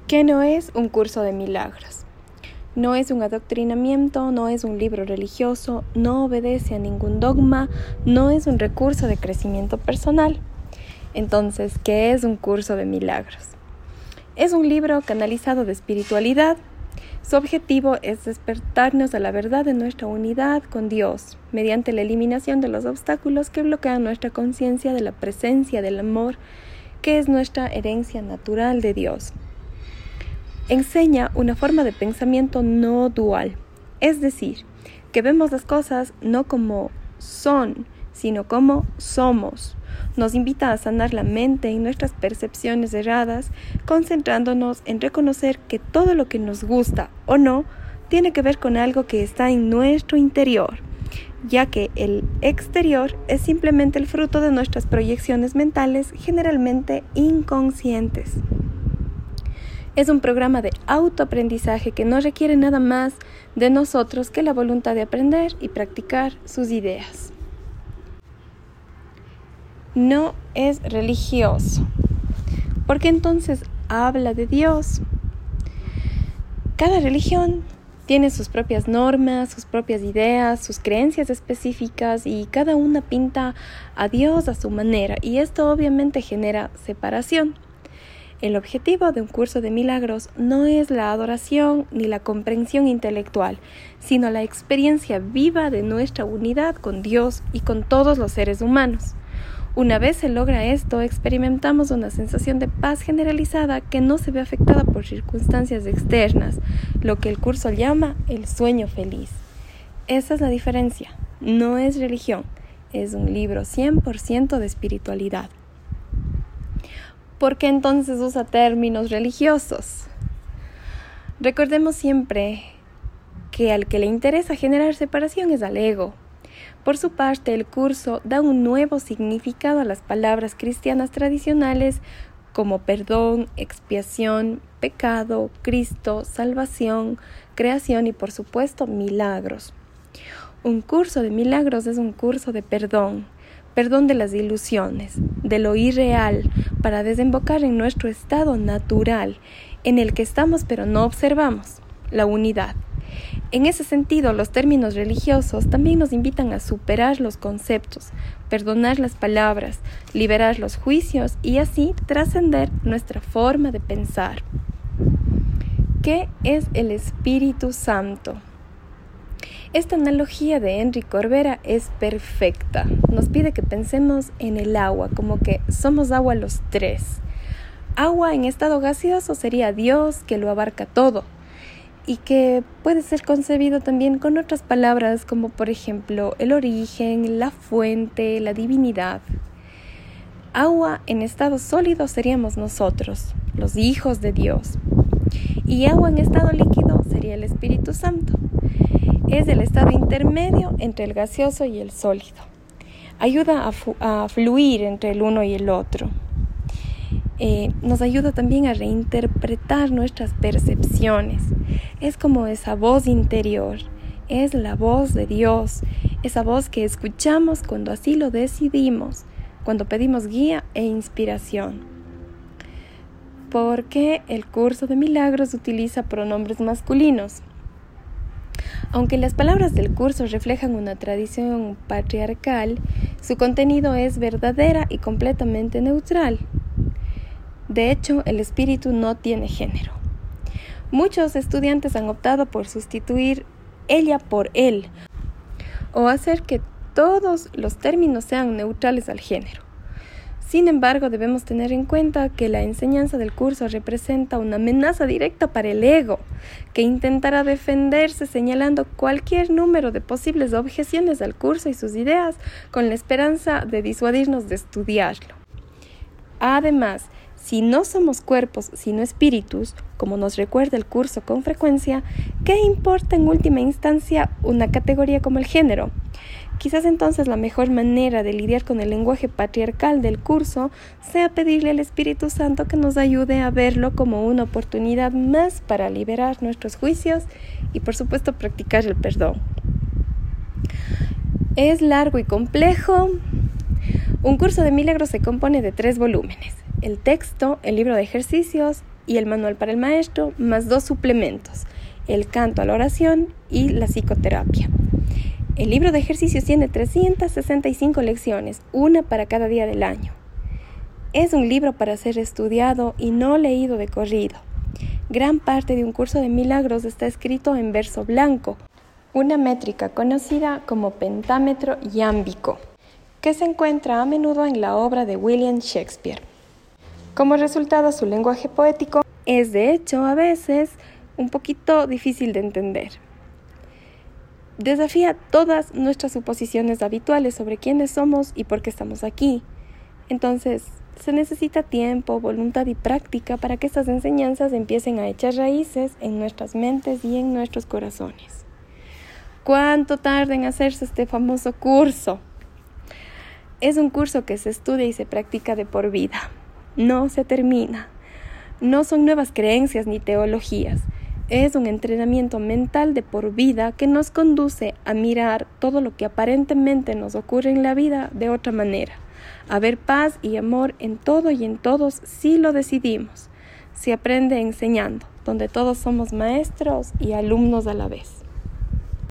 ¿Qué no es un curso de milagros? No es un adoctrinamiento, no es un libro religioso, no obedece a ningún dogma, no es un recurso de crecimiento personal. Entonces, ¿qué es un curso de milagros? Es un libro canalizado de espiritualidad. Su objetivo es despertarnos a la verdad de nuestra unidad con Dios, mediante la eliminación de los obstáculos que bloquean nuestra conciencia de la presencia del amor, que es nuestra herencia natural de Dios. Enseña una forma de pensamiento no dual, es decir, que vemos las cosas no como son, sino como somos. Nos invita a sanar la mente y nuestras percepciones erradas, concentrándonos en reconocer que todo lo que nos gusta o no tiene que ver con algo que está en nuestro interior, ya que el exterior es simplemente el fruto de nuestras proyecciones mentales, generalmente inconscientes. Es un programa de autoaprendizaje que no requiere nada más de nosotros que la voluntad de aprender y practicar sus ideas. No es religioso, porque entonces habla de Dios. Cada religión tiene sus propias normas, sus propias ideas, sus creencias específicas y cada una pinta a Dios a su manera, y esto obviamente genera separación. El objetivo de un curso de milagros no es la adoración ni la comprensión intelectual, sino la experiencia viva de nuestra unidad con Dios y con todos los seres humanos. Una vez se logra esto, experimentamos una sensación de paz generalizada que no se ve afectada por circunstancias externas, lo que el curso llama el sueño feliz. Esa es la diferencia. No es religión, es un libro 100% de espiritualidad. ¿Por qué entonces usa términos religiosos? Recordemos siempre que al que le interesa generar separación es al ego. Por su parte, el curso da un nuevo significado a las palabras cristianas tradicionales como perdón, expiación, pecado, Cristo, salvación, creación y, por supuesto, milagros. Un curso de milagros es un curso de perdón de las ilusiones, de lo irreal, para desembocar en nuestro estado natural, en el que estamos pero no observamos, la unidad. En ese sentido, los términos religiosos también nos invitan a superar los conceptos, perdonar las palabras, liberar los juicios y así trascender nuestra forma de pensar. ¿Qué es el Espíritu Santo? Esta analogía de Henry Corbera es perfecta. Nos pide que pensemos en el agua, como que somos agua los tres. Agua en estado gaseoso sería Dios, que lo abarca todo, y que puede ser concebido también con otras palabras como por ejemplo el origen, la fuente, la divinidad. Agua en estado sólido seríamos nosotros, los hijos de Dios. Y agua en estado líquido sería el Espíritu Santo. Es el estado intermedio entre el gaseoso y el sólido. Ayuda a fluir entre el uno y el otro. Nos ayuda también a reinterpretar nuestras percepciones. Es como esa voz interior, es la voz de Dios, esa voz que escuchamos cuando así lo decidimos, cuando pedimos guía e inspiración. ¿Por qué el curso de milagros utiliza pronombres masculinos? Aunque las palabras del curso reflejan una tradición patriarcal, su contenido es verdadera y completamente neutral. De hecho, el espíritu no tiene género. Muchos estudiantes han optado por sustituir ella por él o hacer que todos los términos sean neutrales al género. Sin embargo, debemos tener en cuenta que la enseñanza del curso representa una amenaza directa para el ego, que intentará defenderse señalando cualquier número de posibles objeciones al curso y sus ideas con la esperanza de disuadirnos de estudiarlo. Además, si no somos cuerpos sino espíritus, como nos recuerda el curso con frecuencia, ¿qué importa en última instancia una categoría como el género? Quizás entonces la mejor manera de lidiar con el lenguaje patriarcal del curso sea pedirle al Espíritu Santo que nos ayude a verlo como una oportunidad más para liberar nuestros juicios y por supuesto practicar el perdón. ¿Es largo y complejo? Un curso de milagros se compone de 3 volúmenes: el texto, el libro de ejercicios y el manual para el maestro, más 2 suplementos, el canto a la oración y la psicoterapia. El libro de ejercicios tiene 365 lecciones, una para cada día del año. Es un libro para ser estudiado y no leído de corrido. Gran parte de un curso de milagros está escrito en verso blanco, una métrica conocida como pentámetro iámbico, que se encuentra a menudo en la obra de William Shakespeare. Como resultado, su lenguaje poético es de hecho a veces un poquito difícil de entender. Desafía todas nuestras suposiciones habituales sobre quiénes somos y por qué estamos aquí. Entonces, se necesita tiempo, voluntad y práctica para que estas enseñanzas empiecen a echar raíces en nuestras mentes y en nuestros corazones. ¿Cuánto tarda en hacerse este famoso curso? Es un curso que se estudia y se practica de por vida. No se termina. No son nuevas creencias ni teologías. Es un entrenamiento mental de por vida que nos conduce a mirar todo lo que aparentemente nos ocurre en la vida de otra manera. A ver paz y amor en todo y en todos si lo decidimos. Se aprende enseñando, donde todos somos maestros y alumnos a la vez.